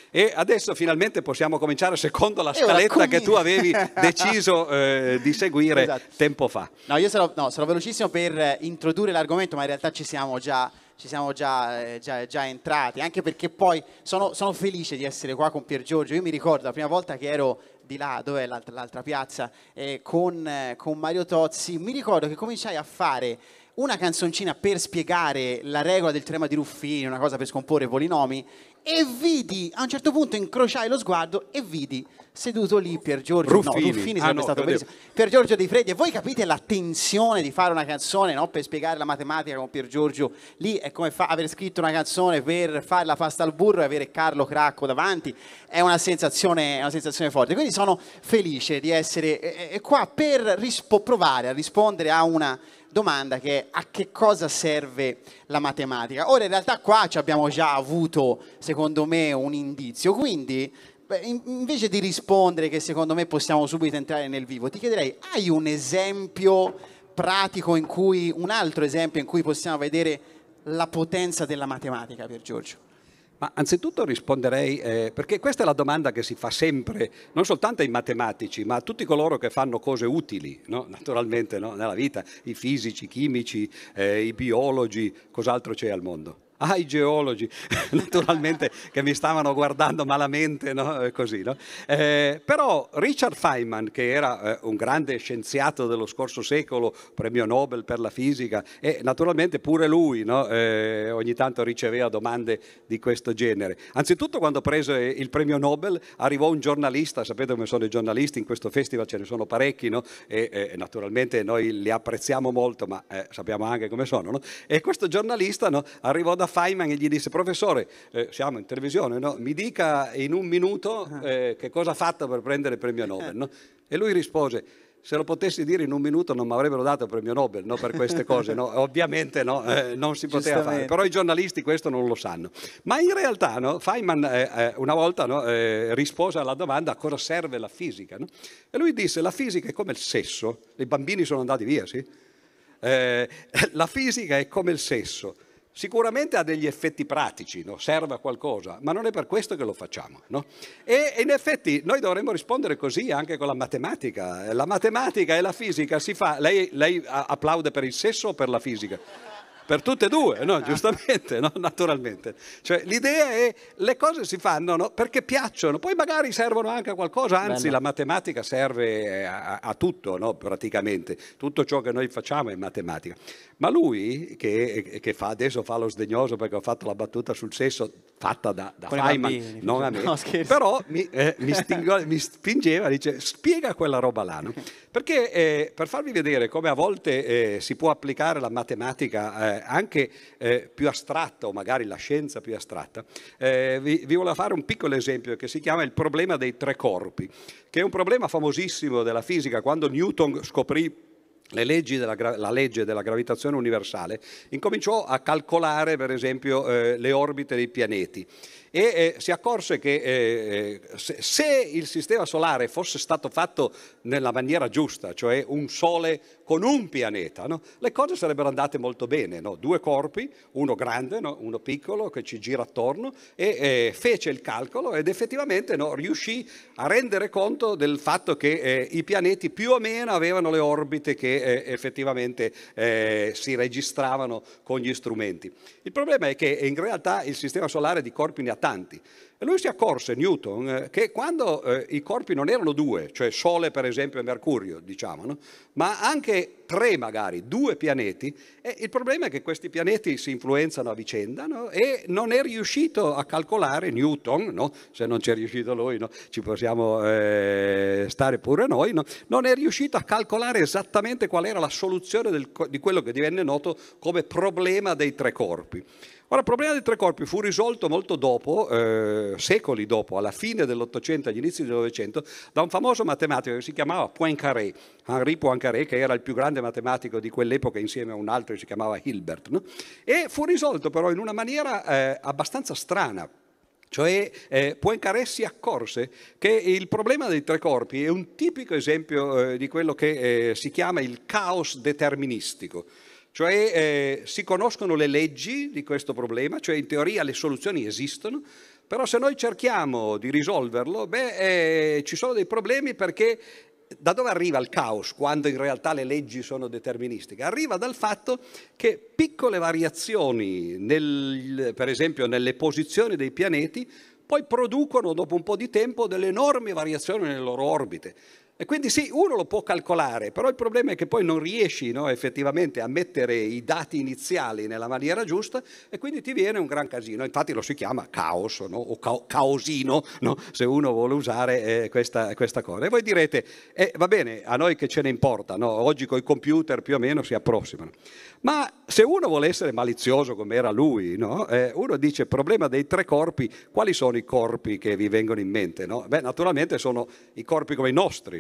E adesso finalmente possiamo cominciare secondo la scaletta che tu avevi deciso di seguire tempo fa. No, io sarò velocissimo per introdurre l'argomento, ma in realtà ci siamo già entrati, anche perché poi sono felice di essere qua con Piergiorgio. Io mi ricordo la prima volta che ero di là, dov'è l'altra piazza, con Mario Tozzi, mi ricordo che cominciai a fare una canzoncina per spiegare la regola del teorema di Ruffini, una cosa per scomporre polinomi, e vidi, a un certo punto incrociai lo sguardo e vidi seduto lì Piergiorgio, Ruffini sarebbe stato bellissimo, Piergiorgio Di Freddi, e voi capite la tensione di fare una canzone, no, per spiegare la matematica con Piergiorgio, lì è come aver scritto una canzone per fare la pasta al burro e avere Carlo Cracco davanti, è una sensazione forte, quindi sono felice di essere qua per provare a rispondere a una domanda che è: a che cosa serve la matematica? Ora in realtà qua ci abbiamo già avuto, secondo me, un indizio, quindi invece di rispondere che secondo me possiamo subito entrare nel vivo, ti chiederei: hai un esempio pratico un altro esempio in cui possiamo vedere la potenza della matematica, Piergiorgio? Ma anzitutto risponderei, perché questa è la domanda che si fa sempre, non soltanto ai matematici, ma a tutti coloro che fanno cose utili, no? Naturalmente, no? Nella vita, i fisici, i chimici, i biologi, cos'altro c'è al mondo? I geologi, naturalmente, che mi stavano guardando malamente, no? Così, no? Però Richard Feynman, che era un grande scienziato dello scorso secolo, premio Nobel per la fisica, e naturalmente pure lui, no? Ogni tanto riceveva domande di questo genere. Anzitutto, quando prese il premio Nobel, arrivò un giornalista, sapete come sono i giornalisti, in questo festival ce ne sono parecchi, no? E naturalmente noi li apprezziamo molto, ma sappiamo anche come sono, no? E questo giornalista, no, arrivò da Feynman e gli disse: professore, siamo in televisione, no? Mi dica in un minuto che cosa ha fatto per prendere il premio Nobel, no? E lui rispose: se lo potessi dire in un minuto non mi avrebbero dato il premio Nobel, no? Per queste cose, no? Ovviamente no, non si poteva fare, però i giornalisti questo non lo sanno. Ma in realtà, no, Feynman una volta, no, rispose alla domanda: a cosa serve la fisica, no? E lui disse: la fisica è come il sesso. I bambini sono andati via, sì? La fisica è come il sesso. Sicuramente ha degli effetti pratici, no? Serve a qualcosa, ma non è per questo che lo facciamo, no? E in effetti noi dovremmo rispondere così anche con la matematica. La matematica e la fisica si fa. Lei applaude per il sesso o per la fisica? Per tutte e due, no? Giustamente, no? Naturalmente. Cioè, l'idea è: le cose si fanno, no? Perché piacciono, poi magari servono anche a qualcosa, anzi bello. La matematica serve a tutto, no? Praticamente tutto ciò che noi facciamo è matematica. Ma lui che adesso fa lo sdegnoso perché ho fatto la battuta sul sesso fatta da Feynman, non a me, no, però mi spingeva, dice: spiega quella roba là, no? Perché per farvi vedere come a volte si può applicare la matematica anche più astratta, o magari la scienza più astratta, vi volevo fare un piccolo esempio che si chiama il problema dei tre corpi, che è un problema famosissimo della fisica. Quando Newton scoprì la legge della gravitazione universale, incominciò a calcolare per esempio le orbite dei pianeti e si accorse che se il sistema solare fosse stato fatto nella maniera giusta, cioè un sole con un pianeta, no? Le cose sarebbero andate molto bene, no? Due corpi, uno grande, no? Uno piccolo che ci gira attorno, e fece il calcolo ed effettivamente, no, riuscì a rendere conto del fatto che i pianeti più o meno avevano le orbite che effettivamente si registravano con gli strumenti. Il problema è che in realtà il sistema solare di corpi ne ha tanti. E lui si accorse, Newton, che quando i corpi non erano due, cioè Sole per esempio e Mercurio, diciamo, no? Ma anche tre magari, due pianeti, il problema è che questi pianeti si influenzano a vicenda, no? E non è riuscito a calcolare, Newton, no? Se non ci è riuscito lui, no? Ci possiamo stare pure noi, no? Non è riuscito a calcolare esattamente qual era la soluzione di quello che divenne noto come problema dei tre corpi. Ora, il problema dei tre corpi fu risolto molto dopo, secoli dopo, alla fine dell'Ottocento, agli inizi del Novecento, da un famoso matematico che si chiamava Poincaré, Henri Poincaré, che era il più grande matematico di quell'epoca insieme a un altro che si chiamava Hilbert, no? E fu risolto però in una maniera abbastanza strana. Cioè Poincaré si accorse che il problema dei tre corpi è un tipico esempio di quello che si chiama il caos deterministico. Cioè si conoscono le leggi di questo problema, cioè in teoria le soluzioni esistono, Però se noi cerchiamo di risolverlo, ci sono dei problemi, perché da dove arriva il caos quando in realtà le leggi sono deterministiche? Arriva dal fatto che piccole variazioni, per esempio nelle posizioni dei pianeti, poi producono dopo un po' di tempo delle enormi variazioni nelle loro orbite. E quindi sì, uno lo può calcolare, però il problema è che poi non riesci, no, effettivamente a mettere i dati iniziali nella maniera giusta, e quindi ti viene un gran casino. Infatti lo si chiama caos, no? O caosino, no? Se uno vuole usare questa cosa. E voi direte, va bene, a noi che ce ne importa, no? Oggi con i computer più o meno si approssimano. Ma se uno vuole essere malizioso come era lui, no? Uno dice, problema dei 3 corpi, quali sono i corpi che vi vengono in mente? No? Naturalmente sono i corpi come i nostri, no?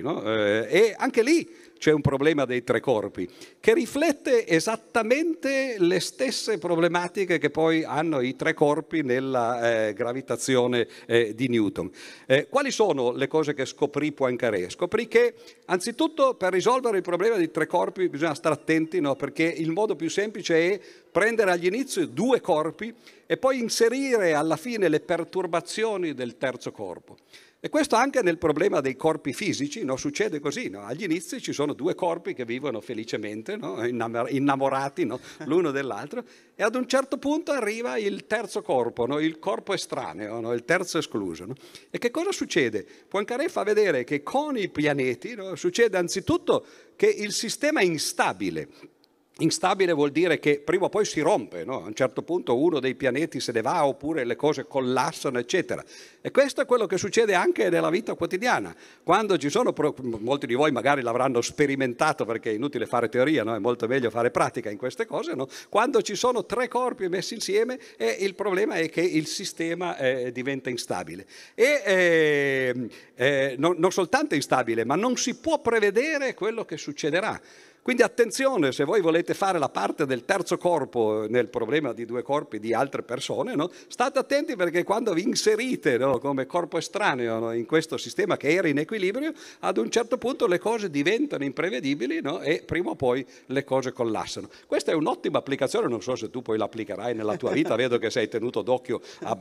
E anche lì c'è un problema dei 3 corpi che riflette esattamente le stesse problematiche che poi hanno i 3 corpi nella gravitazione di Newton. Quali sono le cose che scoprì Poincaré? Scoprì che anzitutto per risolvere il problema dei 3 corpi bisogna stare attenti, no? Perché il modo più semplice è prendere all'inizio 2 corpi e poi inserire alla fine le perturbazioni del terzo corpo. E questo anche nel problema dei corpi fisici, no? Succede così, no? Agli inizi ci sono 2 corpi che vivono felicemente, no? Innamorati, no? L'uno dell'altro, e ad un certo punto arriva il terzo corpo, no? Il corpo estraneo, no? Il terzo escluso. No? E che cosa succede? Poincaré fa vedere che con i pianeti, no? Succede anzitutto che il sistema è instabile. Instabile vuol dire che prima o poi si rompe, no? A un certo punto uno dei pianeti se ne va, oppure le cose collassano, eccetera. E questo è quello che succede anche nella vita quotidiana. Quando ci sono, molti di voi magari l'avranno sperimentato, perché è inutile fare teoria, no? È molto meglio fare pratica in queste cose, no? Quando ci sono 3 corpi messi insieme, il problema è che il sistema diventa instabile. Non soltanto instabile, ma non si può prevedere quello che succederà. Quindi attenzione, se voi volete fare la parte del terzo corpo nel problema di 2 corpi di altre persone, no? State attenti, perché quando vi inserite, no, come corpo estraneo, no, in questo sistema che era in equilibrio, ad un certo punto le cose diventano imprevedibili, no? E prima o poi le cose collassano. Questa è un'ottima applicazione, non so se tu poi l'applicherai nella tua vita, vedo che sei tenuto d'occhio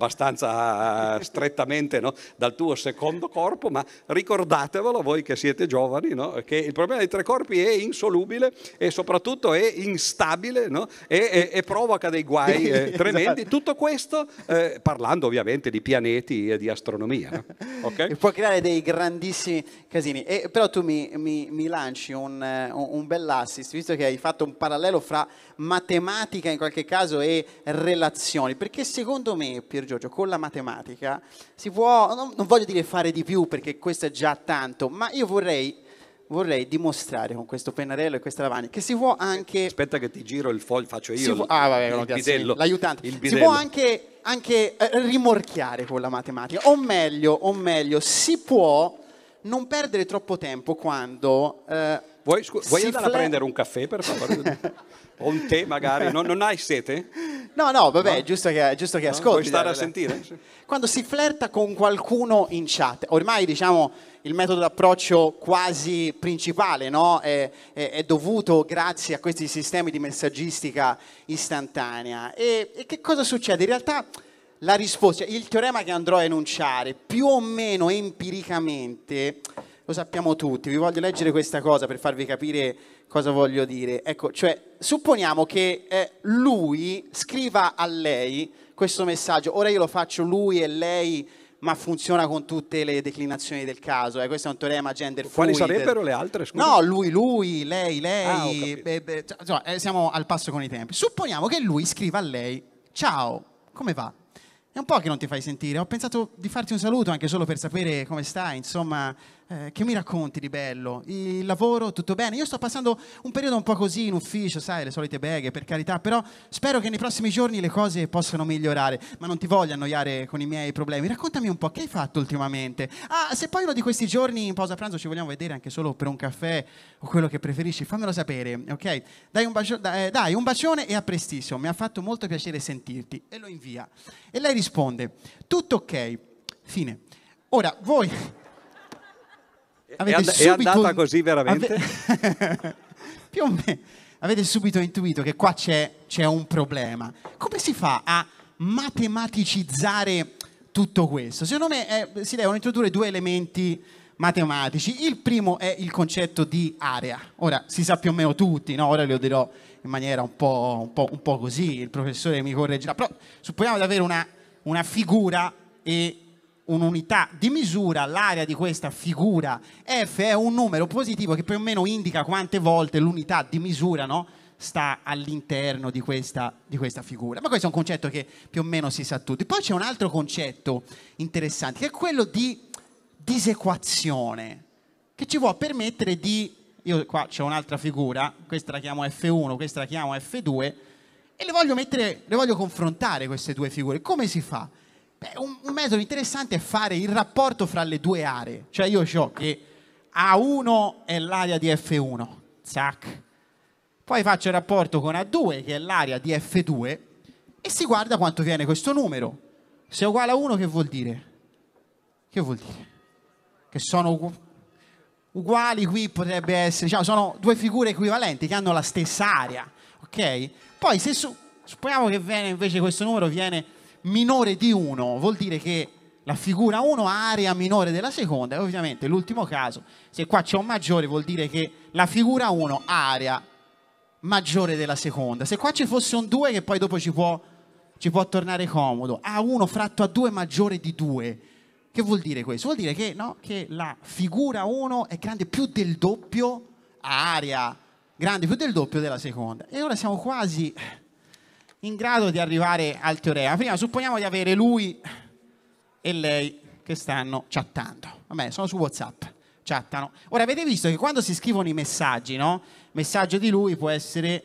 abbastanza strettamente, no, dal tuo secondo corpo, ma ricordatevelo voi che siete giovani, no, che il problema dei 3 corpi è insolubile e soprattutto è instabile, no? E provoca dei guai tremendi. Esatto. Tutto questo parlando ovviamente di pianeti e di astronomia, no? Okay? E può creare dei grandissimi casini. Però tu mi lanci un bell'assist, visto che hai fatto un parallelo fra matematica in qualche caso e relazioni, perché secondo me, Pier Giorgio, con la matematica si può, non voglio dire fare di più, perché questo è già tanto, ma io vorrei dimostrare con questo pennarello e questa lavagna che si può anche... Aspetta che ti giro il foglio, faccio io il bidello, l'aiutante. Si può anche rimorchiare con la matematica, o meglio, si può non perdere troppo tempo quando... Vuoi andare a prendere un caffè, per favore? O un tè magari? Non hai sete? No, vabbè, no? È giusto che ascolti. Vuoi stare a sentire? Quando si flirta con qualcuno in chat, ormai diciamo il metodo d'approccio quasi principale, no? È dovuto grazie a questi sistemi di messaggistica istantanea. E che cosa succede? In realtà la risposta, il teorema che andrò a enunciare, più o meno empiricamente, lo sappiamo tutti. Vi voglio leggere questa cosa per farvi capire cosa voglio dire. Ecco, cioè, supponiamo che lui scriva a lei questo messaggio. Ora io lo faccio lui e lei, ma funziona con tutte le declinazioni del caso. Questo è un teorema gender fluid. Quali sarebbero le altre? Scusa? No, lui, lei. Insomma, siamo al passo con i tempi. Supponiamo che lui scriva a lei: ciao, come va? È un po' che non ti fai sentire. Ho pensato di farti un saluto anche solo per sapere come stai, insomma, che mi racconti di bello? Il lavoro, tutto bene? Io sto passando un periodo un po' così in ufficio, sai, le solite beghe, per carità, però spero che nei prossimi giorni le cose possano migliorare, ma non ti voglio annoiare con i miei problemi. Raccontami un po', che hai fatto ultimamente? Ah, se poi uno di questi giorni in pausa pranzo ci vogliamo vedere anche solo per un caffè o quello che preferisci, fammelo sapere, ok? Dai un bacione e a prestissimo, mi ha fatto molto piacere sentirti. E lo invia. E lei risponde: tutto ok, fine. Ora, voi... È andata così veramente? Più o meno. Avete subito intuito che qua c'è un problema. Come si fa a matematicizzare tutto questo? Secondo me si devono introdurre due elementi matematici. Il primo è il concetto di area. Ora si sa più o meno tutti, no? Ora lo dirò in maniera un po' così, il professore mi correggerà, però supponiamo di avere una figura e un'unità di misura, l'area di questa figura f è un numero positivo che più o meno indica quante volte l'unità di misura, no, sta all'interno di questa figura. Ma questo è un concetto che più o meno si sa tutti. Poi c'è un altro concetto interessante, che è quello di disequazione, che ci può permettere di... Io qua c'ho un'altra figura, questa la chiamo F1, questa la chiamo F2, e le voglio confrontare queste due figure. Come si fa? Beh, un metodo interessante è fare il rapporto fra le due aree. Cioè io ho che A1 è l'area di F1, zac. Poi faccio il rapporto con A2, che è l'area di F2, e si guarda quanto viene questo numero. Se è uguale a 1, che vuol dire? Che vuol dire? Che sono uguali, qui potrebbe essere, diciamo, sono due figure equivalenti che hanno la stessa area, ok? Poi se supponiamo che invece questo numero viene minore di 1, vuol dire che la figura 1 ha area minore della seconda, e ovviamente l'ultimo caso, se qua c'è un maggiore, vuol dire che la figura 1 ha area maggiore della seconda. Se qua ci fosse un 2, che poi dopo ci può tornare comodo, A1 fratto a 2 maggiore di 2, che vuol dire questo? Vuol dire che, no, che la figura 1 è grande più del doppio, ha area grande più del doppio della seconda. E ora siamo quasi in grado di arrivare al teorema. Prima supponiamo di avere lui e lei che stanno chattando. Vabbè, sono su WhatsApp, chattano. Ora avete visto che quando si scrivono i messaggi, no? Il messaggio di lui può essere,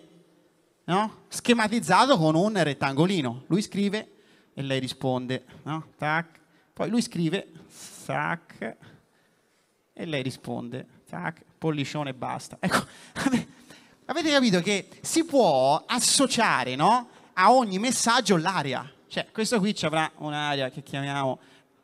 no, schematizzato con un rettangolino. Lui scrive e lei risponde, no? Tac. Poi lui scrive, tac, e lei risponde, tac, pollicione e basta. Ecco, avete capito che si può associare, no, a ogni messaggio l'area. Cioè, questo qui ci avrà un'area che chiamiamo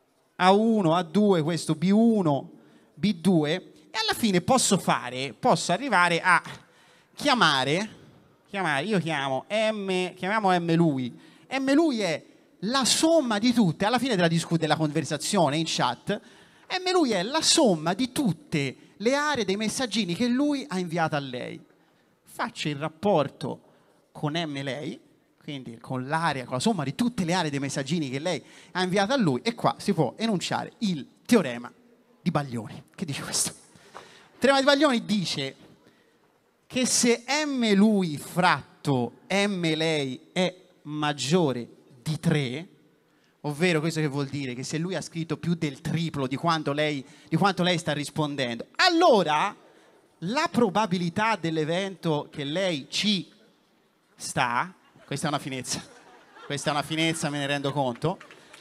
A1, A2, questo B1, B2, e alla fine posso arrivare a chiamare, io chiamo M, chiamiamo M lui è la somma di tutte, alla fine della conversazione in chat, lui è la somma di tutte le aree dei messaggini che lui ha inviato a lei. Faccio il rapporto con lei, quindi con l'area, con la somma di tutte le aree dei messaggini che lei ha inviato a lui, e qua si può enunciare il teorema di Baglioni. Che dice questo? Il teorema di Baglioni dice che se lui fratto lei è maggiore di 3, ovvero questo che vuol dire che se lui ha scritto più del triplo di quanto lei sta rispondendo, allora la probabilità dell'evento che lei ci sta, questa è una finezza, me ne rendo conto,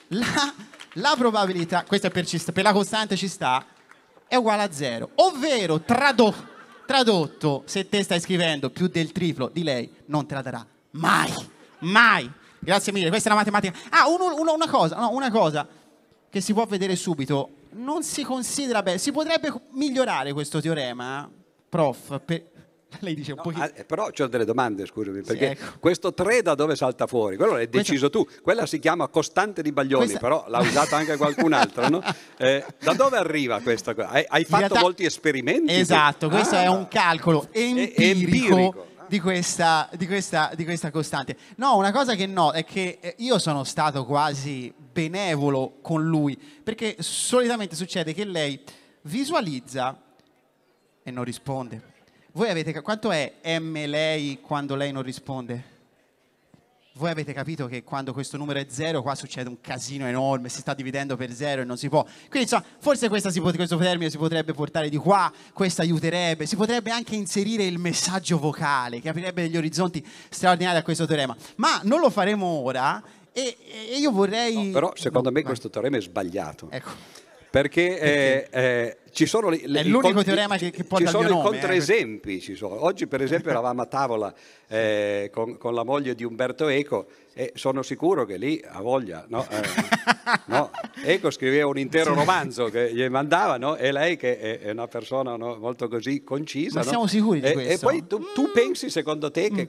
la probabilità, questa è per la costante ci sta, è uguale a 0, ovvero tradotto, se te stai scrivendo più del triplo di lei, non te la darà mai. Grazie mille, questa è la matematica. Una cosa che si può vedere subito, non si considera bene, si potrebbe migliorare questo teorema, prof, lei dice un pochino... Però ho delle domande, scusami, perché sì, ecco. Questo 3 da dove salta fuori? Quello l'hai deciso tu, quella si chiama costante di Baglioni, però l'ha usata anche qualcun altro, no? Da dove arriva questa cosa? Hai fatto molti esperimenti? Esatto, questo è un calcolo empirico. Di questa costante. No, una cosa che no, è che io sono stato quasi benevolo con lui, perché solitamente succede che lei visualizza e non risponde. Voi avete quanto è lei quando lei non risponde? Voi avete capito che quando questo numero è 0 qua succede un casino enorme, si sta dividendo per 0 e non si può. Quindi insomma, forse questo termine si potrebbe portare di qua, questo aiuterebbe, si potrebbe anche inserire il messaggio vocale che aprirebbe degli orizzonti straordinari a questo teorema. Ma non lo faremo ora e io vorrei... No, però secondo me questo teorema è sbagliato. Ecco. Perché ci sono è l'unico teorema che porta ci sono il mio nome, i controesempi. Ci sono. Oggi, per esempio, eravamo a tavola con la moglie di Umberto Eco e sono sicuro che lì ha voglia, no? No? Eco scriveva un intero romanzo che gli mandava, no? E lei che è una persona, no, molto così concisa, ma no? siamo sicuri di questo? E poi tu pensi, secondo te, che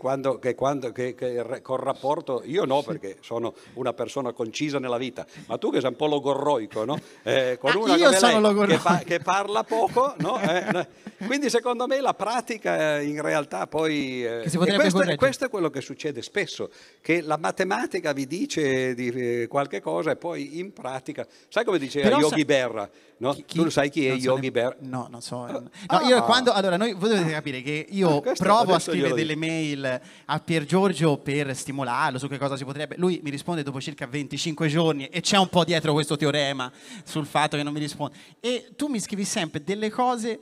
col rapporto, io no, perché sono una persona concisa nella vita, ma tu che sei un po' logorroico, no? Con una io come sono lei che parla poco, no? Quindi secondo me la pratica in realtà poi che si potrebbe questo è quello che succede spesso, che la matematica vi dice di qualche cosa e poi in pratica, sai come diceva Yogi Berra, no? Tu lo sai chi è Yogi Berra? No, non so. No, io quando, allora, voi dovete capire che io provo a scrivere delle mail a Pier Giorgio per stimolarlo su che cosa si potrebbe. Lui mi risponde dopo circa 25 giorni e c'è un po' dietro questo teorema sul fatto che non mi risponde. E tu mi scrivi sempre delle cose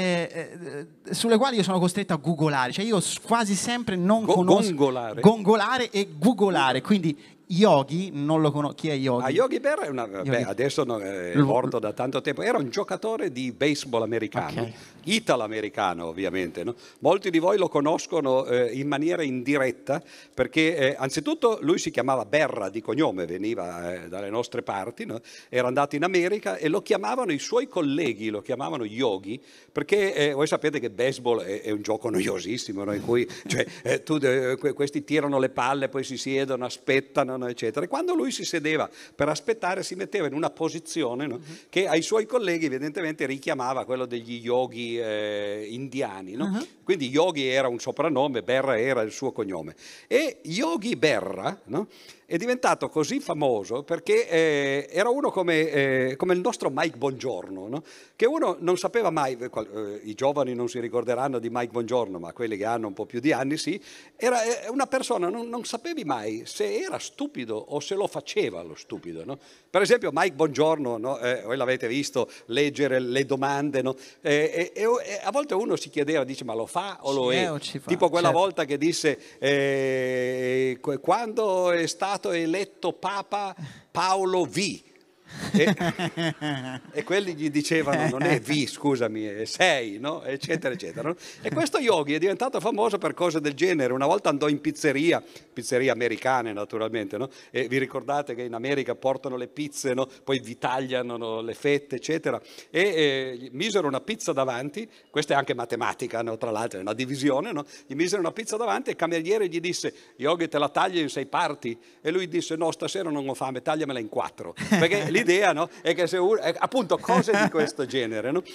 sulle quali io sono costretto a googolare, cioè io quasi sempre non conosco gongolare e googolare, quindi Yogi non lo conosco. Chi è Yogi? Yogi Berra è adesso è morto da tanto tempo, era un giocatore di baseball americano, italo-americano ovviamente, no? Molti di voi lo conoscono in maniera indiretta perché anzitutto lui si chiamava Berra di cognome, veniva dalle nostre parti, no? Era andato in America e lo chiamavano, i suoi colleghi lo chiamavano Yogi perché voi sapete che baseball è un gioco noiosissimo, no? In cui questi tirano le palle, poi si siedono, aspettano, eccetera. E quando lui si sedeva per aspettare si metteva in una posizione, no? Che ai suoi colleghi evidentemente richiamava quello degli yogi indiani, no? Quindi Yogi era un soprannome, Berra era il suo cognome. E Yogi Berra, no? È diventato così famoso perché era uno come il nostro Mike Bongiorno, no? Che uno non sapeva mai, i giovani non si ricorderanno di Mike Bongiorno, ma quelli che hanno un po' più di anni sì, era una persona, non sapevi mai se era stupido o se lo faceva lo stupido, no? Per esempio Mike Bongiorno, no? Voi l'avete visto leggere le domande, no? E a volte uno si chiedeva, dice, ma lo fa o lo è? Tipo quella volta che disse quando è stato eletto Papa Paolo V. E quelli gli dicevano non è V, scusami, è 6, no? Eccetera eccetera, no? E questo Yogi è diventato famoso per cose del genere. Una volta andò in pizzerie americane naturalmente, no? E vi ricordate che in America portano le pizze, no? Poi vi tagliano, no? Le fette eccetera, e misero una pizza davanti, questa è anche matematica, no? Tra l'altro è una divisione, no? Gli misero una pizza davanti e il cameriere gli disse Yogi te la taglio in 6 parti? E lui disse no, stasera non ho fame, tagliamela in 4, perché l'idea, no? È che se uno, appunto cose di questo genere, no?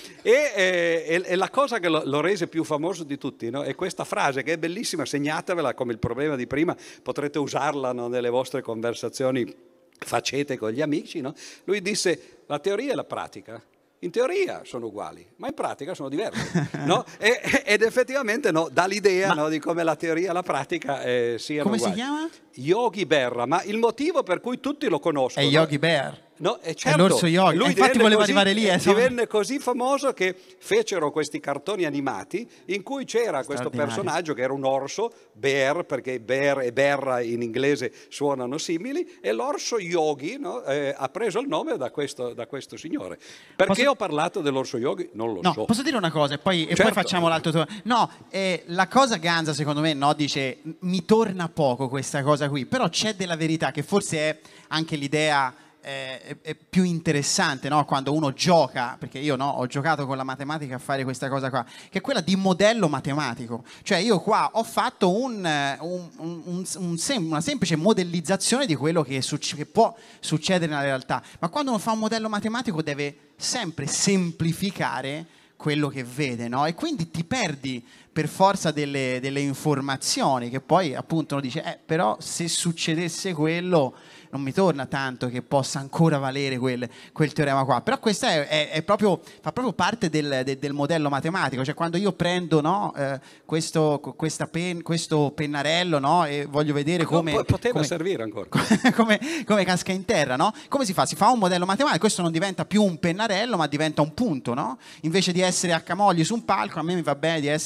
E la cosa che lo rese più famoso di tutti, no? È questa frase che è bellissima, segnatevela come il problema di prima, potrete usarla, no? Nelle vostre conversazioni facete con gli amici, no? Lui disse la teoria e la pratica in teoria sono uguali, ma in pratica sono diversi, no? Ed effettivamente no, dà l'idea, no, di come la teoria e la pratica siano come uguali. Si chiama? Yogi Berra, ma il motivo per cui tutti lo conoscono è Yogi Bear. No, certo, è l'orso Yogi. Lui infatti voleva arrivare lì. Divenne così famoso che fecero questi cartoni animati in cui c'era questo personaggio che era un orso, Bear, perché Bear e Berra in inglese suonano simili, e l'orso Yogi, no, ha preso il nome da questo signore. Perché ho parlato dell'orso Yogi? Non lo so. Posso dire una cosa e poi facciamo l'altro turno. No, la cosa ganza secondo me, no, dice mi torna poco questa cosa qui, però c'è della verità che forse è anche l'idea è più interessante, no? Quando uno gioca, perché io ho giocato con la matematica a fare questa cosa qua, che è quella di modello matematico. Cioè io qua ho fatto una semplice modellizzazione di quello che può succedere nella realtà, ma quando uno fa un modello matematico deve sempre semplificare quello che vede, no? E quindi ti perdi per forza delle informazioni che poi appunto uno dice però se succedesse quello non mi torna tanto che possa ancora valere quel teorema qua. Però questo fa proprio parte del modello matematico. Cioè quando io prendo, no, questo pennarello, no, e voglio vedere come servire ancora come casca in terra, no? Come si fa? Si fa un modello matematico. Questo non diventa più un pennarello ma diventa un punto, no? Invece di essere Accamogli su un palco, a me mi va bene di essere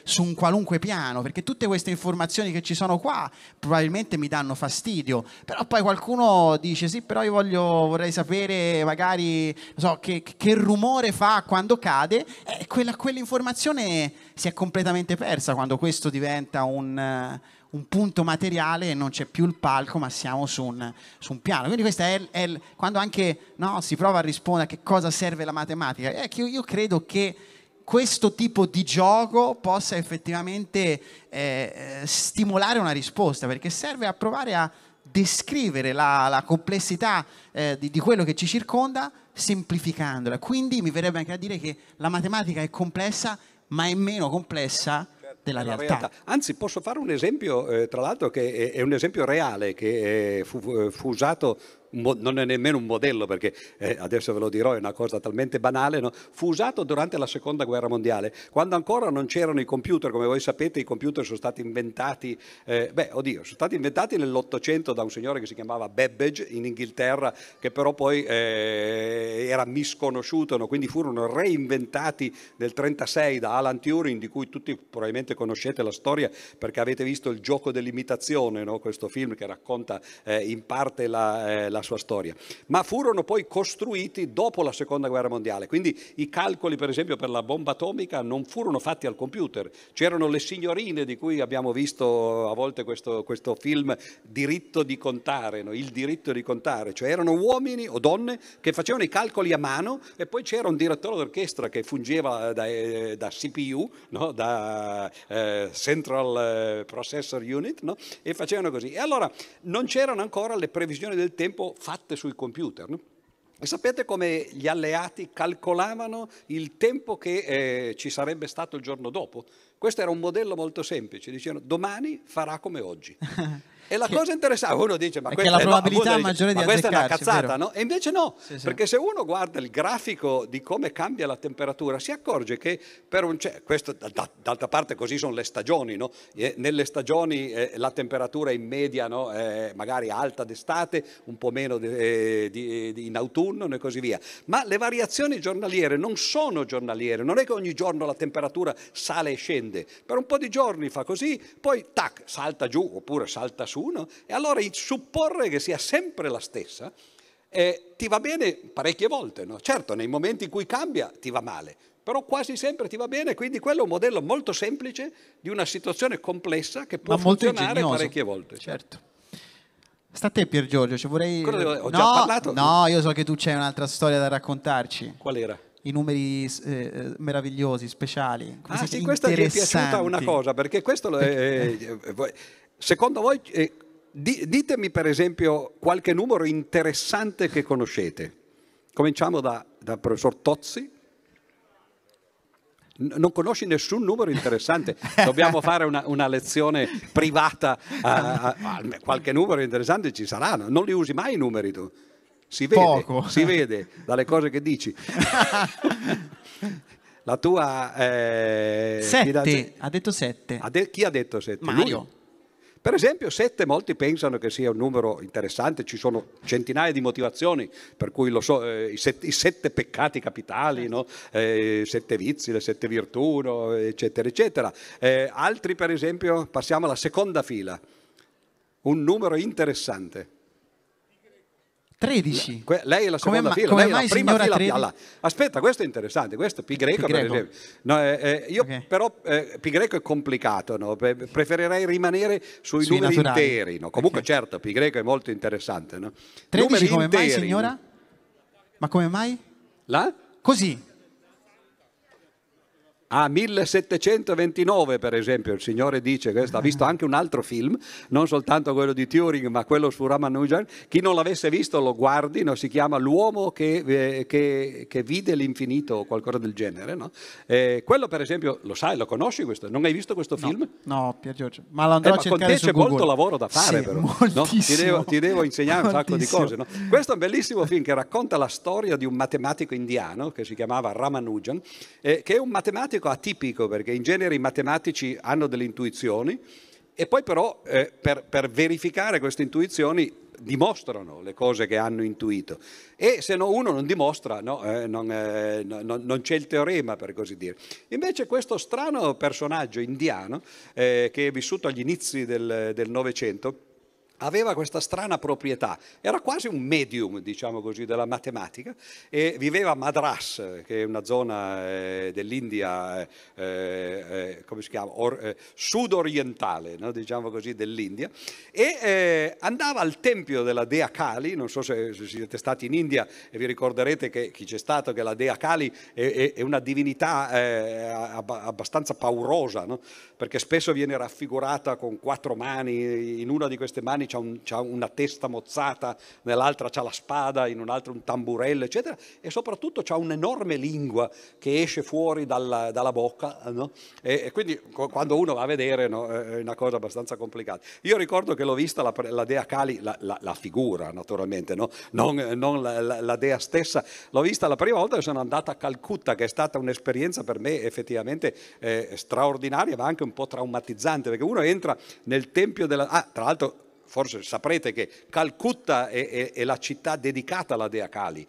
su un qualunque piano, perché tutte queste informazioni che ci sono qua probabilmente mi danno fastidio, però poi qualcuno dice sì, però io vorrei sapere magari, non so, che rumore fa quando cade, e quell'informazione si è completamente persa quando questo diventa un punto materiale e non c'è più il palco, ma siamo su un piano. Quindi questo è quando anche, no, si prova a rispondere a che cosa serve la matematica. È che io credo che questo tipo di gioco possa effettivamente stimolare una risposta, perché serve a provare a descrivere la complessità di quello che ci circonda, semplificandola. Quindi mi verrebbe anche a dire che la matematica è complessa, ma è meno complessa della realtà. Anzi, posso fare un esempio, tra l'altro, che è un esempio reale, che fu usato, non è nemmeno un modello, perché adesso ve lo dirò, è una cosa talmente banale, no? Fu usato durante la seconda guerra mondiale, quando ancora non c'erano i computer. Come voi sapete, i computer sono stati inventati, sono stati inventati nell'Ottocento da un signore che si chiamava Babbage in Inghilterra, che però poi era misconosciuto, no? Quindi furono reinventati nel 1936 da Alan Turing, di cui tutti probabilmente conoscete la storia perché avete visto Il gioco dell'imitazione, no? Questo film che racconta in parte la sua storia, ma furono poi costruiti dopo la seconda guerra mondiale. Quindi i calcoli, per esempio, per la bomba atomica non furono fatti al computer. C'erano le signorine di cui abbiamo visto a volte questo film Diritto di contare, no? Il diritto di contare, cioè erano uomini o donne che facevano i calcoli a mano, e poi c'era un direttore d'orchestra che fungeva da CPU, no? Da Central Processor Unit, no? E facevano così. E allora non c'erano ancora le previsioni del tempo fatte sui computer, no? E sapete come gli alleati calcolavano il tempo che ci sarebbe stato il giorno dopo? Questo era un modello molto semplice, dicevano domani farà come oggi. E la cosa interessante, uno dice, ma questa, la probabilità maggiore di questa è una cazzata, vero? no? E invece no, sì. Perché se uno guarda il grafico di come cambia la temperatura, si accorge che questo d'altra parte così sono le stagioni, no? Nelle stagioni la temperatura in media, no? Magari alta d'estate, un po' meno in autunno e così via. Ma le variazioni giornaliere non sono giornaliere, non è che ogni giorno la temperatura sale e scende. Per un po' di giorni fa così, poi tac, salta giù oppure salta su. No? E allora supporre che sia sempre la stessa ti va bene parecchie volte, no? Certo, nei momenti in cui cambia ti va male, però quasi sempre ti va bene. Quindi quello è un modello molto semplice di una situazione complessa che può funzionare parecchie volte. Certo. Sta a te, Pier Giorgio, ho già parlato? No, io so che tu c'hai un'altra storia da raccontarci. Qual era? I numeri meravigliosi, speciali. Sì, questa mi è piaciuta una cosa, perché questo secondo voi, ditemi per esempio qualche numero interessante che conoscete. Cominciamo da professor Tozzi. Non conosci nessun numero interessante? Dobbiamo fare una lezione privata. Qualche numero interessante ci saranno. Non li usi mai i numeri tu? Si vede dalle cose che dici. La tua... 7, ha detto 7. Chi ha detto 7? Mario. Lui. Per esempio 7 molti pensano che sia un numero interessante, ci sono centinaia di motivazioni per cui lo so, i 7 peccati capitali, no? 7 vizi, le 7 virtù, no? Eccetera, eccetera. Altri per esempio, passiamo alla seconda fila, un numero interessante. 13. Lei è la seconda fila, lei è la prima fila. Aspetta, questo è interessante, questo è pi greco, per esempio. No, però pi greco è complicato, no? Preferirei rimanere sui numeri interi. No? Comunque certo, pi greco è molto interessante. No? 13 numeri come interi, mai, signora? Ma come mai? Così. 1729 per esempio, il signore dice, questo ha visto anche un altro film, non soltanto quello di Turing ma quello su Ramanujan. Chi non l'avesse visto lo guardi, no? Si chiama L'uomo che vide l'infinito o qualcosa del genere, no? Quello per esempio, lo sai, lo conosci questo? Non hai visto questo film? No, Pier Giorgio, ma lo andrò a cercare con te su c'è Google. molto lavoro da fare, però, no? Ti devo insegnare un sacco di cose, no? Questo è un bellissimo film che racconta la storia di un matematico indiano che si chiamava Ramanujan, che è un matematico atipico, perché in genere i matematici hanno delle intuizioni e poi però per verificare queste intuizioni dimostrano le cose che hanno intuito, e se no uno non dimostra, non c'è il teorema, per così dire. Invece questo strano personaggio indiano che è vissuto agli inizi del Novecento aveva questa strana proprietà, era quasi un medium, diciamo così, della matematica, e viveva a Madras, che è una zona dell'India, come si chiama, sud-orientale, no? Diciamo così, dell'India, e andava al tempio della dea Kali. Non so se siete stati in India e vi ricorderete che chi c'è stato, che la dea Kali è una divinità abbastanza paurosa, no? Perché spesso viene raffigurata con 4 mani, in una di queste mani c'ha una testa mozzata, nell'altra c'ha la spada, in un'altra un tamburello, eccetera, e soprattutto c'ha un'enorme lingua che esce fuori dalla bocca, no? E quindi quando uno va a vedere, no, è una cosa abbastanza complicata. Io ricordo che l'ho vista la dea Kali, la figura naturalmente, no? Non la dea stessa. L'ho vista la prima volta che sono andata a Calcutta, che è stata un'esperienza per me effettivamente straordinaria, ma anche un po' traumatizzante, perché uno entra nel tempio della... tra l'altro forse saprete che Calcutta è la città dedicata alla dea Kali,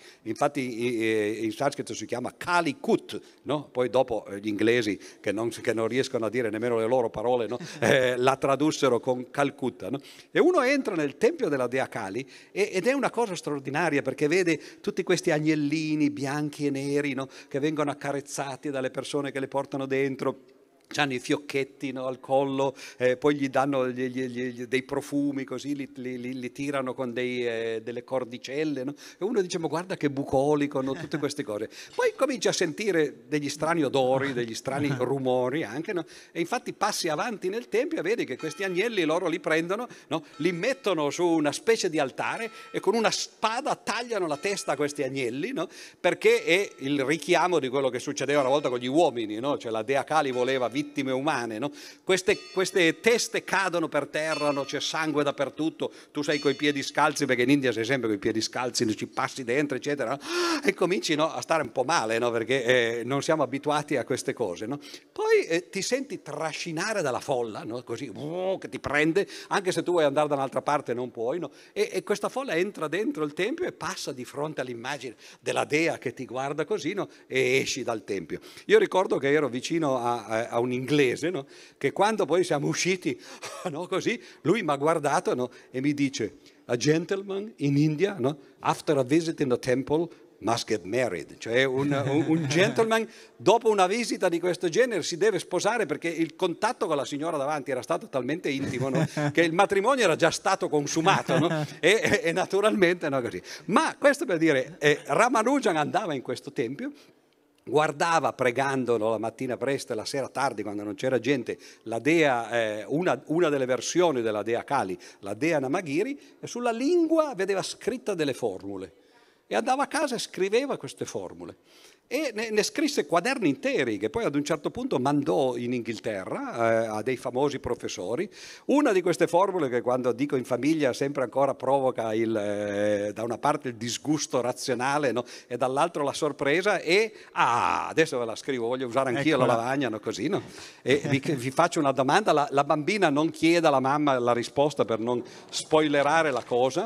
infatti in sanscrito si chiama Calicut, no? Poi dopo gli inglesi che non riescono a dire nemmeno le loro parole, no? La tradussero con Calcutta, no? E uno entra nel tempio della dea Kali ed è una cosa straordinaria, perché vede tutti questi agnellini bianchi e neri, no? Che vengono accarezzati dalle persone che le portano dentro. Hanno i fiocchetti, no, al collo, poi gli danno dei profumi, così li tirano con delle cordicelle, no? E uno dice: ma guarda che bucolico, no? Tutte queste cose. Poi comincia a sentire degli strani odori, degli strani rumori anche, no? E infatti passi avanti nel tempio e vedi che questi agnelli loro li prendono, no? Li mettono su una specie di altare e con una spada tagliano la testa a questi agnelli, no? Perché è il richiamo di quello che succedeva una volta con gli uomini, no? Cioè la dea Kali voleva vittime umane, no? Queste teste cadono per terra, no? C'è sangue dappertutto, tu sei coi piedi scalzi, perché in India sei sempre coi piedi scalzi, ci passi dentro, eccetera, no? E cominci, no, a stare un po' male, no? Perché non siamo abituati a queste cose, no? Poi ti senti trascinare dalla folla, no? Così, che ti prende, anche se tu vuoi andare da un'altra parte non puoi, no? E questa folla entra dentro il tempio e passa di fronte all'immagine della dea che ti guarda così, no? E esci dal tempio. Io ricordo che ero vicino a un inglese, no? Che quando poi siamo usciti, no? Così, lui mi ha guardato, no? E mi dice: a gentleman in India, no? After a visit in the temple must get married, cioè un gentleman dopo una visita di questo genere si deve sposare, perché il contatto con la signora davanti era stato talmente intimo, no? Che il matrimonio era già stato consumato, no? E naturalmente, no, così. Ma questo per dire, Ramanujan andava in questo tempio, guardava pregando, no, la mattina presto e la sera tardi, quando non c'era gente, la dea, una delle versioni della dea Kali, la dea Namagiri, e sulla lingua vedeva scritte delle formule. E andava a casa e scriveva queste formule. E ne scrisse quaderni interi, che poi ad un certo punto mandò in Inghilterra a dei famosi professori. Una di queste formule, che quando dico in famiglia sempre ancora provoca da una parte il disgusto razionale, no? E dall'altro la sorpresa, e adesso ve la scrivo, voglio usare anch'io la lavagna, no? Così, no? E vi faccio una domanda, la bambina non chieda alla mamma la risposta per non spoilerare la cosa.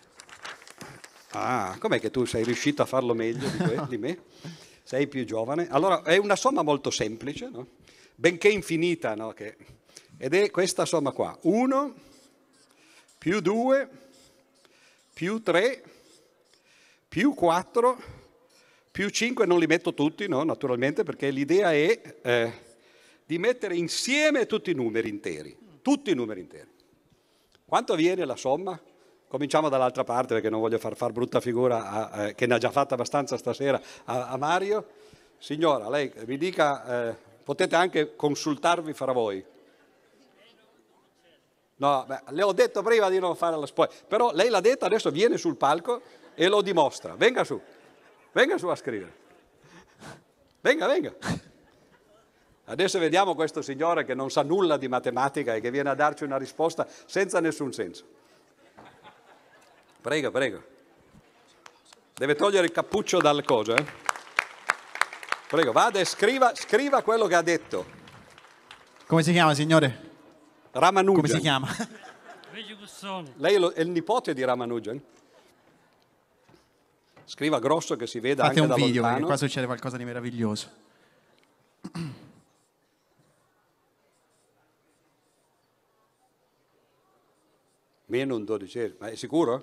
Com'è che tu sei riuscito a farlo meglio di me? Sei più giovane. Allora, è una somma molto semplice, no? Benché infinita, no? Ed è questa somma qua. 1 più 2 più 3 più 4 più 5, non li metto tutti, no? Naturalmente, perché l'idea è di mettere insieme tutti i numeri interi. Tutti i numeri interi. Quanto viene la somma? Cominciamo dall'altra parte, perché non voglio far brutta figura, che ne ha già fatta abbastanza stasera, a Mario. Signora, lei mi dica, potete anche consultarvi fra voi. No, le ho detto prima di non fare la spoiler, però lei l'ha detto, adesso viene sul palco e lo dimostra. Venga su a scrivere. Venga. Adesso vediamo questo signore che non sa nulla di matematica e che viene a darci una risposta senza nessun senso. Prego. Deve togliere il cappuccio dalle cose. Prego, vada e scriva quello che ha detto. Come si chiama, signore? Ramanujan. Come si chiama? Lei è il nipote di Ramanujan? Scriva grosso che si veda Fate anche da un video, lontano. perché qua succede qualcosa di meraviglioso. Meno un dodicesimo, ma è sicuro?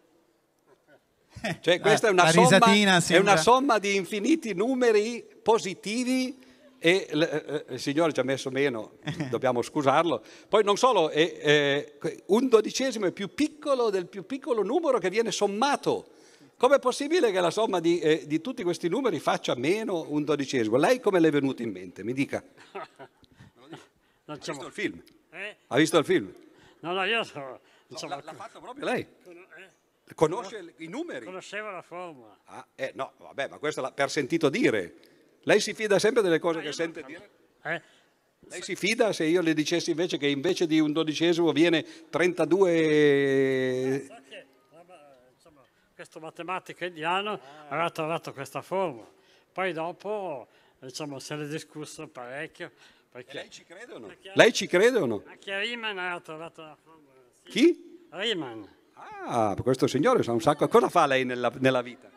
Cioè questa La risatina è una sembra- somma di infiniti numeri positivi e il Signore ci ha messo meno, dobbiamo scusarlo. Poi non solo, un dodicesimo è più piccolo del più piccolo numero che viene sommato. Com'è possibile che la somma di tutti questi numeri faccia meno un dodicesimo? Lei come le è venuto in mente? Mi dica. Ha visto il film? Ha visto il film? No, io so, diciamo, L'ha fatto proprio lei? Conosce i numeri? conoscevo la formula. No, vabbè, ma questo per sentito dire. Lei si fida sempre delle cose che sente dire? Lei si fida se io le dicessi invece che invece di un dodicesimo viene 32... Sa che, insomma, questo matematico indiano aveva trovato questa formula. Poi dopo, diciamo, se ne è discusso parecchio. Perché Lei ci crede o no? Lei ci crede o no? anche Riemann aveva trovato la formula. Sì. Chi? Riemann. Ah, questo signore sa un sacco. Cosa fa lei nella vita?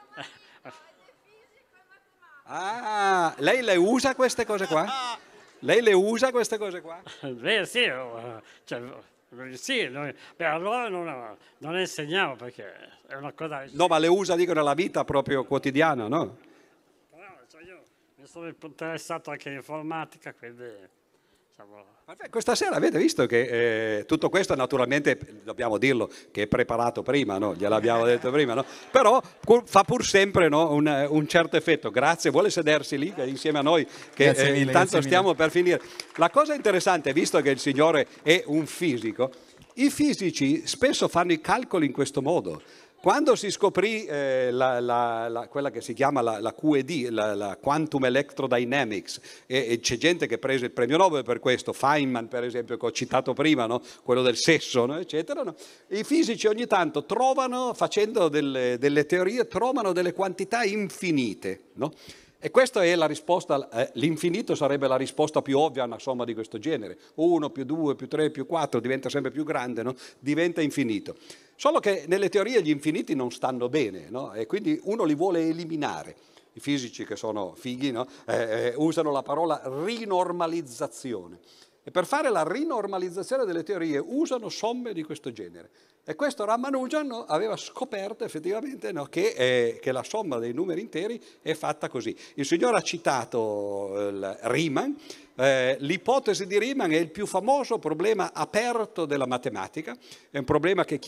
Ah, lei le usa queste cose qua? Lei le usa queste cose qua? Beh, sì, cioè, sì beh, allora non le insegniamo perché è una cosa... No, ma le usa, dico, nella vita proprio quotidiana, no? Però, cioè, io mi sono interessato anche all'informatica, quindi... Diciamo, Questa sera avete visto che tutto questo naturalmente, dobbiamo dirlo, che è preparato prima, no? Gliel'abbiamo detto prima, no? Però fa pur sempre, no? un certo effetto. Grazie, vuole sedersi lì insieme a noi, che Grazie mille, intanto grazie stiamo per finire. La cosa interessante, visto che il signore è un fisico, i fisici spesso fanno i calcoli in questo modo. Quando si scoprì quella che si chiama la QED, la Quantum Electrodynamics, e c'è gente che prese il premio Nobel per questo, Feynman per esempio, che ho citato prima, no? Quello del sesso, no? Eccetera, no? I fisici ogni tanto trovano, facendo delle teorie, trovano delle quantità infinite, no? E questa è la risposta, l'infinito sarebbe la risposta più ovvia a una somma di questo genere. 1 più 2 più 3 più 4 diventa sempre più grande, no? Diventa infinito. Solo che nelle teorie gli infiniti non stanno bene, no? E quindi uno li vuole eliminare. I fisici che sono fighi, no? Usano la parola rinormalizzazione. E per fare la rinormalizzazione delle teorie usano somme di questo genere. E questo Ramanujan, no, aveva scoperto effettivamente, no, che la somma dei numeri interi è fatta così. Il signore ha citato Riemann. L'ipotesi di Riemann è il più famoso problema aperto della matematica, è un problema che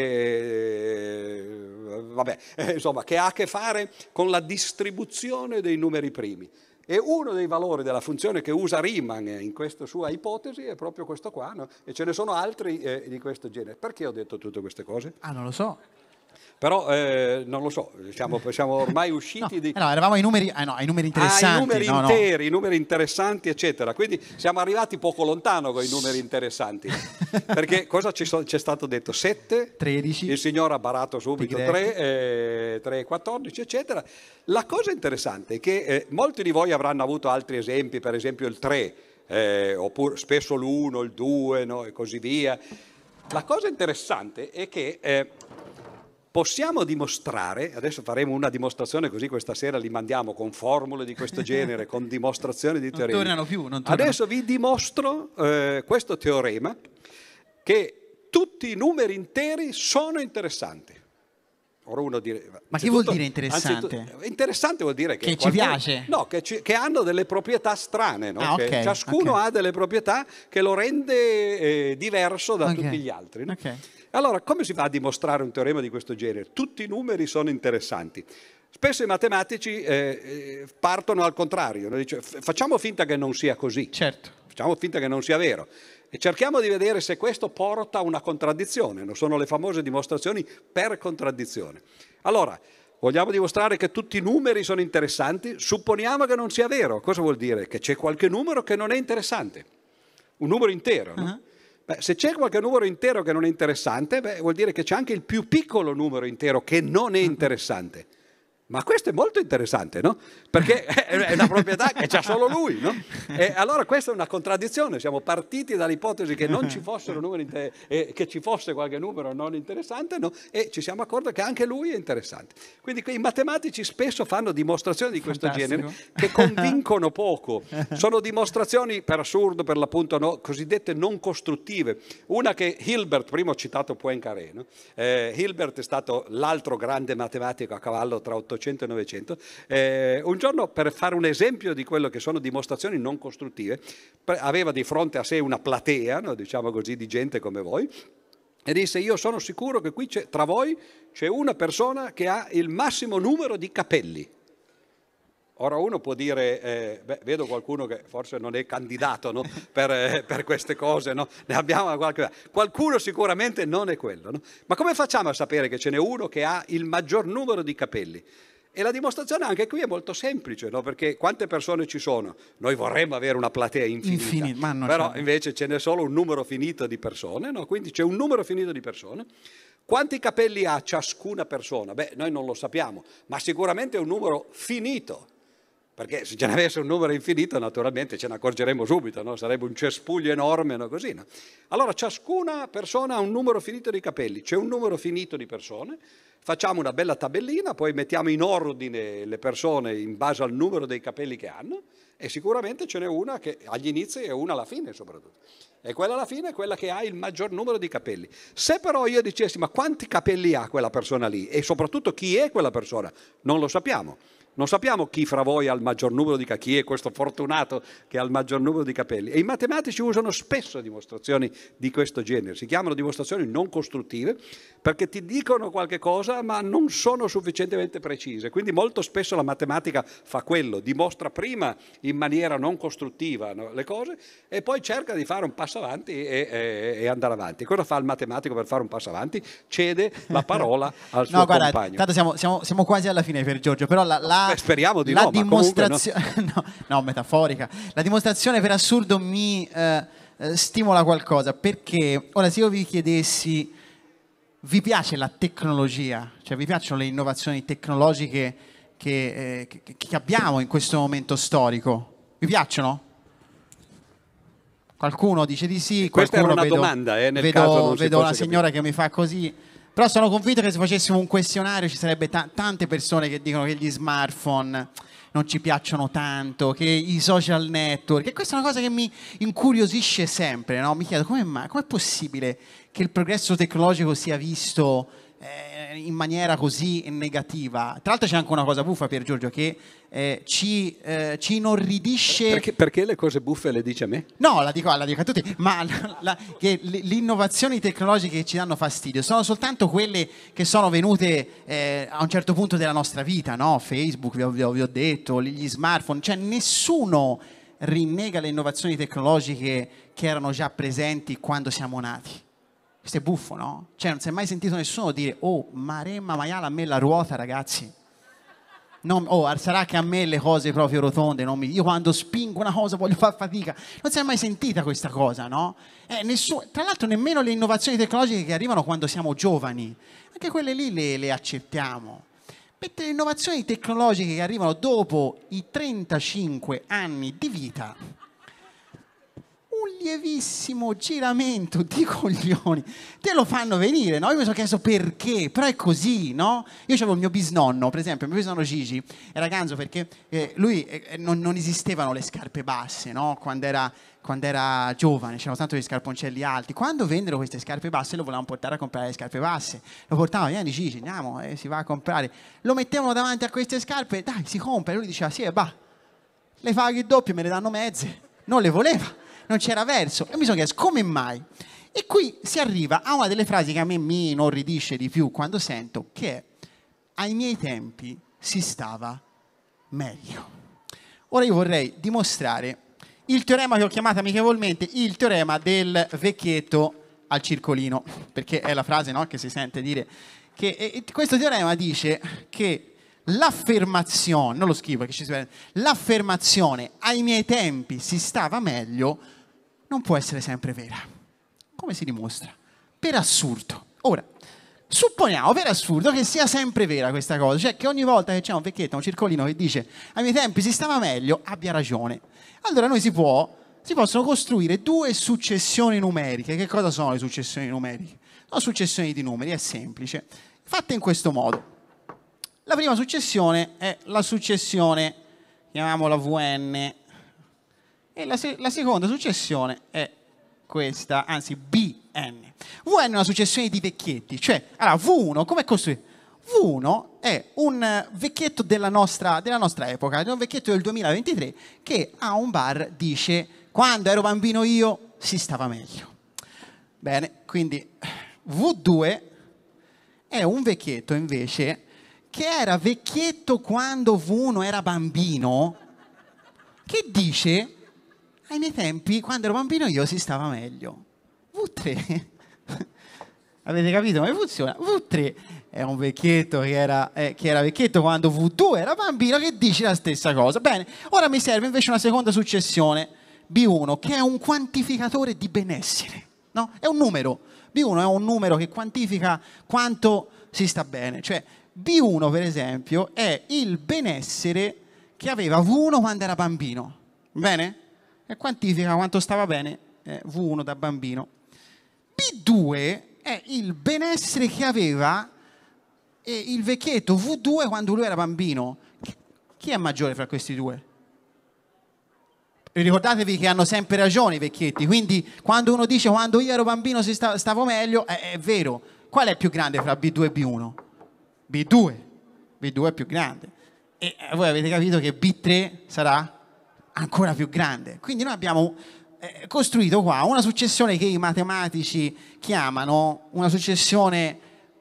chiede, insomma, che ha a che fare con la distribuzione dei numeri primi. E uno dei valori della funzione che usa Riemann in questa sua ipotesi è proprio questo qua, no? E ce ne sono altri di questo genere. Perché ho detto tutte queste cose? Non lo so. Però non lo so, siamo ormai usciti di... No, eravamo ai numeri, ai numeri interessanti. I numeri interi, i numeri interessanti, eccetera. Quindi siamo arrivati poco lontano con i numeri interessanti. Perché cosa c'è stato detto? 7, 13. Il signore ha barato subito 3, 14, eccetera. La cosa interessante è che molti di voi avranno avuto altri esempi, per esempio il 3, oppure spesso l'1, il 2, no? E così via. La cosa interessante è che... possiamo dimostrare, adesso faremo una dimostrazione così questa sera li mandiamo con formule di questo genere, con dimostrazioni di teoremi. Non tornano più. Non tornano. Adesso vi dimostro questo teorema che tutti i numeri interi sono interessanti. Ora uno dire, ma che vuol dire interessante? Interessante vuol dire che ci piace? No, che hanno delle proprietà strane, no? Okay, ciascuno ha delle proprietà che lo rende diverso da tutti gli altri. No? Okay. Allora, come si fa a dimostrare un teorema di questo genere? Tutti i numeri sono interessanti. Spesso i matematici partono al contrario, no? Dice, facciamo finta che non sia così. Certo. Facciamo finta che non sia vero. E cerchiamo di vedere se questo porta a una contraddizione. Non sono le famose dimostrazioni per contraddizione. Allora, vogliamo dimostrare che tutti i numeri sono interessanti? Supponiamo che non sia vero. Cosa vuol dire? Che c'è qualche numero che non è interessante. Un numero intero, no? Uh-huh. Se c'è qualche numero intero che non è interessante, vuol dire che c'è anche il più piccolo numero intero che non è interessante. Ma questo è molto interessante, no? Perché è una proprietà che c'ha solo lui, no? E allora questa è una contraddizione. Siamo partiti dall'ipotesi che non ci fossero numeri, che ci fosse qualche numero non interessante, no? E ci siamo accorti che anche lui è interessante. Quindi i matematici spesso fanno dimostrazioni di questo genere che convincono poco. Sono dimostrazioni, per assurdo, per l'appunto, no, cosiddette non costruttive. Una che Hilbert, prima ho citato Poincaré, no? Hilbert è stato l'altro grande matematico a cavallo tra 800 e 900, un giorno, per fare un esempio di quello che sono dimostrazioni non costruttive, aveva di fronte a sé una platea, no, diciamo così, di gente come voi, e disse: io sono sicuro che qui tra voi c'è una persona che ha il massimo numero di capelli. Ora uno può dire, vedo qualcuno che forse non è candidato, no, per queste cose, no? Ne abbiamo qualcuno sicuramente non è quello, no? Ma come facciamo a sapere che ce n'è uno che ha il maggior numero di capelli? E la dimostrazione anche qui è molto semplice, no? Perché quante persone ci sono? Noi vorremmo avere una platea infinita, però invece ce n'è solo un numero finito di persone, no? Quindi c'è un numero finito di persone. Quanti capelli ha ciascuna persona? Beh, noi non lo sappiamo, ma sicuramente è un numero finito. Perché se ce n'avesse un numero infinito, naturalmente ce ne accorgeremmo subito, no? Sarebbe un cespuglio enorme, no? Così, no? Allora, ciascuna persona ha un numero finito di capelli, c'è un numero finito di persone, facciamo una bella tabellina, poi mettiamo in ordine le persone in base al numero dei capelli che hanno, e sicuramente ce n'è una che agli inizi e una alla fine soprattutto. E quella alla fine è quella che ha il maggior numero di capelli. Se però io dicessi: ma quanti capelli ha quella persona lì? E soprattutto chi è quella persona? Non lo sappiamo. Non sappiamo chi fra voi ha il maggior numero di capelli, chi è questo fortunato che ha il maggior numero di capelli. E i matematici usano spesso dimostrazioni di questo genere. Si chiamano dimostrazioni non costruttive perché ti dicono qualche cosa ma non sono sufficientemente precise. Quindi molto spesso la matematica fa quello, dimostra prima in maniera non costruttiva, no, le cose, e poi cerca di fare un passo avanti e andare avanti. Cosa fa il matematico per fare un passo avanti? Cede la parola al suo compagno. Tanto siamo quasi alla fine, per Giorgio, però speriamo di no, dimostrazione, no, metaforica. La dimostrazione per assurdo mi stimola qualcosa, perché ora se io vi chiedessi: vi piace la tecnologia? Cioè vi piacciono le innovazioni tecnologiche che abbiamo in questo momento storico? Vi piacciono? Qualcuno dice di sì, questa era una vedo, domanda, nel caso non si vedo una fosse signora capito. che mi fa così. Però sono convinto che se facessimo un questionario ci sarebbe tante persone che dicono che gli smartphone non ci piacciono tanto, che i social network, e questa è una cosa che mi incuriosisce sempre, no? Mi chiedo com'è possibile che il progresso tecnologico sia visto in maniera così negativa. Tra l'altro c'è anche una cosa buffa, Pier Giorgio, che ci inorridisce. Perché le cose buffe le dice a me? No, la dico a tutti, ma che le innovazioni tecnologiche che ci danno fastidio sono soltanto quelle che sono venute a un certo punto della nostra vita, no? Facebook, vi ho detto, gli smartphone, cioè nessuno rinnega le innovazioni tecnologiche che erano già presenti quando siamo nati. Questo è buffo, no? Cioè non si è mai sentito nessuno dire: oh, maremma maiala, a me la ruota, ragazzi. Sarà che a me le cose proprio rotonde, io quando spingo una cosa voglio far fatica. Non si è mai sentita questa cosa, no? Tra l'altro nemmeno le innovazioni tecnologiche che arrivano quando siamo giovani, anche quelle lì le accettiamo. Mentre le innovazioni tecnologiche che arrivano dopo i 35 anni di vita, un lievissimo giramento di coglioni te lo fanno venire, no? Io mi sono chiesto perché, però è così, no? Io avevo il mio bisnonno, per esempio, il mio bisnonno Gigi era ganzo perché lui non esistevano le scarpe basse, no? Quando era giovane, c'erano tanto gli scarponcelli alti. Quando vennero queste scarpe basse lo volevano portare a comprare le scarpe basse, lo portavano: vieni Gigi, andiamo, si va a comprare. Lo mettevano davanti a queste scarpe: dai, si compra. E lui diceva: sì, le paghi il doppio, me ne danno mezze. Non le voleva, non c'era verso. E mi sono chiesto come mai. E qui si arriva a una delle frasi che a me mi inorridisce di più quando sento, che è: ai miei tempi si stava meglio. Ora io vorrei dimostrare il teorema che ho chiamato amichevolmente il teorema del vecchietto al circolino, perché è la frase, no, che si sente dire che questo teorema dice che l'affermazione, non lo scrivo che ci si vede, l'affermazione ai miei tempi si stava meglio non può essere sempre vera. Come si dimostra? Per assurdo. Ora, Supponiamo per assurdo che sia sempre vera questa cosa, cioè che ogni volta che c'è un vecchietto, un circolino che dice ai miei tempi si stava meglio, abbia ragione. Allora noi si possono costruire due successioni numeriche. Che cosa sono le successioni numeriche? Sono successioni di numeri, è semplice, fatte in questo modo. La prima successione è la successione, chiamiamola Vn, e la seconda successione è questa, anzi Bn. Vn è una successione di vecchietti, cioè, allora, V1, come è costruito? V1 è un vecchietto della nostra epoca, è un vecchietto del 2023 che a un bar dice: quando ero bambino io si stava meglio. Bene, quindi V2 è un vecchietto invece che era vecchietto quando V1 era bambino, che dice: ai miei tempi, quando ero bambino io si stava meglio. V3, avete capito come funziona? V3 è un vecchietto che era vecchietto quando V2 era bambino, che dice la stessa cosa. Bene, ora mi serve invece una seconda successione, B1, che è un quantificatore di benessere, no? È un numero. B1 è un numero che quantifica quanto si sta bene. Cioè, B1, per esempio, è il benessere che aveva V1 quando era bambino. Bene? E quantifica quanto stava bene V1 da bambino. B2 è il benessere che aveva il vecchietto V2 quando lui era bambino. Chi è maggiore fra questi due? Ricordatevi che hanno sempre ragione i vecchietti, quindi quando uno dice quando io ero bambino stavo meglio, è vero. Qual è più grande fra B2 e B1? B2. B2 è più grande. E voi avete capito che B3 sarà ancora più grande. Quindi noi abbiamo costruito qua una successione che i matematici chiamano una successione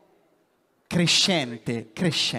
crescente,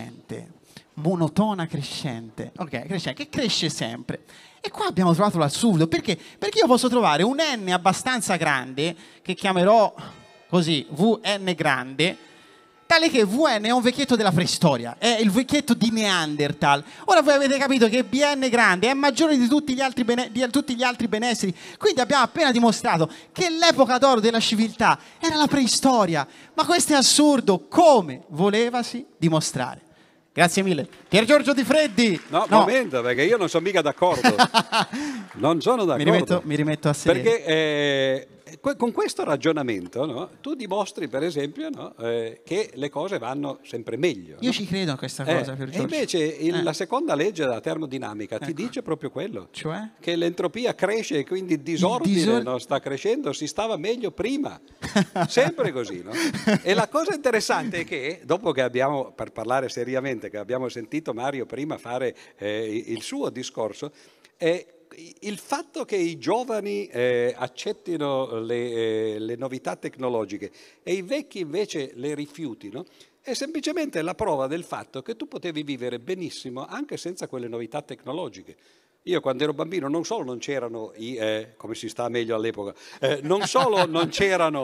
monotona crescente, ok, crescente, che cresce sempre. E qua abbiamo trovato l'assurdo, perché? Perché io posso trovare un n abbastanza grande, che chiamerò così, Vn grande, tale che Vn è un vecchietto della preistoria, è il vecchietto di Neanderthal. Ora voi avete capito che Bn grande è maggiore di tutti gli altri benesseri, quindi abbiamo appena dimostrato che l'epoca d'oro della civiltà era la preistoria. Ma questo è assurdo, come volevasi dimostrare. Grazie mille. Pier Giorgio Di Freddi. No, un momento, perché io non sono mica d'accordo. Non sono d'accordo. Mi rimetto a sedere. Perché con questo ragionamento, no, tu dimostri, per esempio, no, che le cose vanno sempre meglio. Io ci credo a questa cosa, Pier Giorgio. E invece la seconda legge della termodinamica ti dice proprio quello. Cioè? Che l'entropia cresce e quindi il disordine non sta crescendo, si stava meglio prima. Sempre così, no? E la cosa interessante è che, dopo che abbiamo, per parlare seriamente, che abbiamo sentito Mario prima fare il suo discorso, il fatto che i giovani accettino le novità tecnologiche e i vecchi invece le rifiutino, è semplicemente la prova del fatto che tu potevi vivere benissimo anche senza quelle novità tecnologiche. Io quando ero bambino non solo non c'erano come si sta meglio all'epoca, non solo non c'erano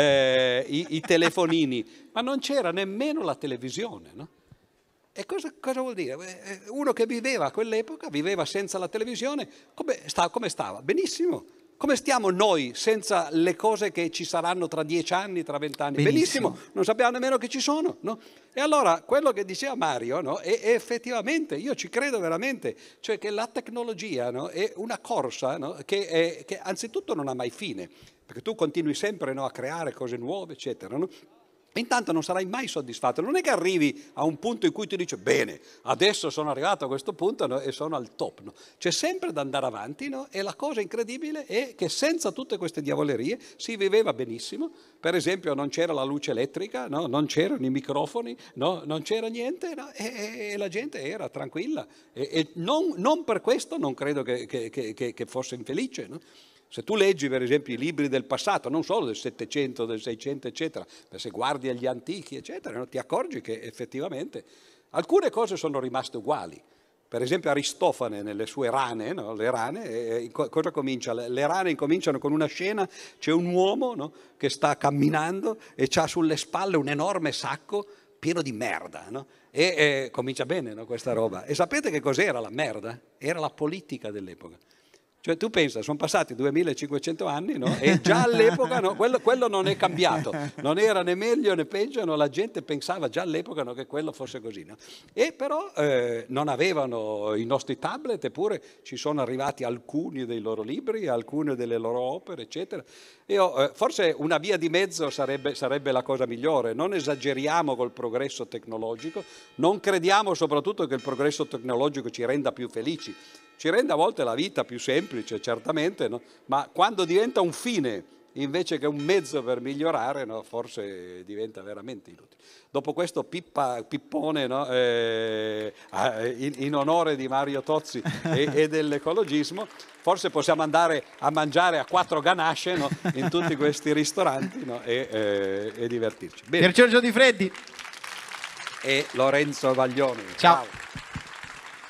i telefonini, ma non c'era nemmeno la televisione, no? E cosa vuol dire? Uno che viveva a quell'epoca, viveva senza la televisione, come stava? Benissimo. Come stiamo noi senza le cose che ci saranno tra 10 anni, tra 20 anni? Benissimo. Non sappiamo nemmeno che ci sono, no? E allora quello che diceva Mario, no, è effettivamente, io ci credo veramente, cioè che la tecnologia, no, è una corsa, no, che anzitutto non ha mai fine, perché tu continui sempre, no, a creare cose nuove, eccetera, no? Intanto non sarai mai soddisfatto, non è che arrivi a un punto in cui ti dici bene, adesso sono arrivato a questo punto, no, e sono al top, no? C'è sempre da andare avanti, no? E la cosa incredibile è che senza tutte queste diavolerie si viveva benissimo. Per esempio non c'era la luce elettrica, no? Non c'erano i microfoni, no? Non c'era niente, no? E la gente era tranquilla e non per questo non credo che fosse infelice, no? Se tu leggi per esempio i libri del passato, non solo del 700, del 600 eccetera, ma se guardi agli antichi eccetera, no, ti accorgi che effettivamente alcune cose sono rimaste uguali. Per esempio Aristofane nelle sue rane, no, le rane, cosa comincia? Le rane incominciano con una scena, c'è un uomo, no, che sta camminando e ha sulle spalle un enorme sacco pieno di merda, no? Comincia bene, no, questa roba. E sapete che cos'era la merda? Era la politica dell'epoca. Cioè tu pensa, sono passati 2500 anni, no? E già all'epoca quello non è cambiato, non era né meglio né peggio, no? La gente pensava già all'epoca, no, che quello fosse così. No? E però non avevano i nostri tablet, eppure ci sono arrivati alcuni dei loro libri, alcune delle loro opere, eccetera. Forse una via di mezzo sarebbe la cosa migliore. Non esageriamo col progresso tecnologico, non crediamo soprattutto che il progresso tecnologico ci renda più felici, ci rende a volte la vita più semplice, certamente, no? Ma quando diventa un fine invece che un mezzo per migliorare, no? Forse diventa veramente inutile. Dopo questo pippone, no? In onore di Mario Tozzi e dell'ecologismo, forse possiamo andare a mangiare a 4 ganasce, no? In tutti questi ristoranti, no? E divertirci. Bene. Pier Giorgio Di Freddi E Lorenzo Vaglioni. ciao.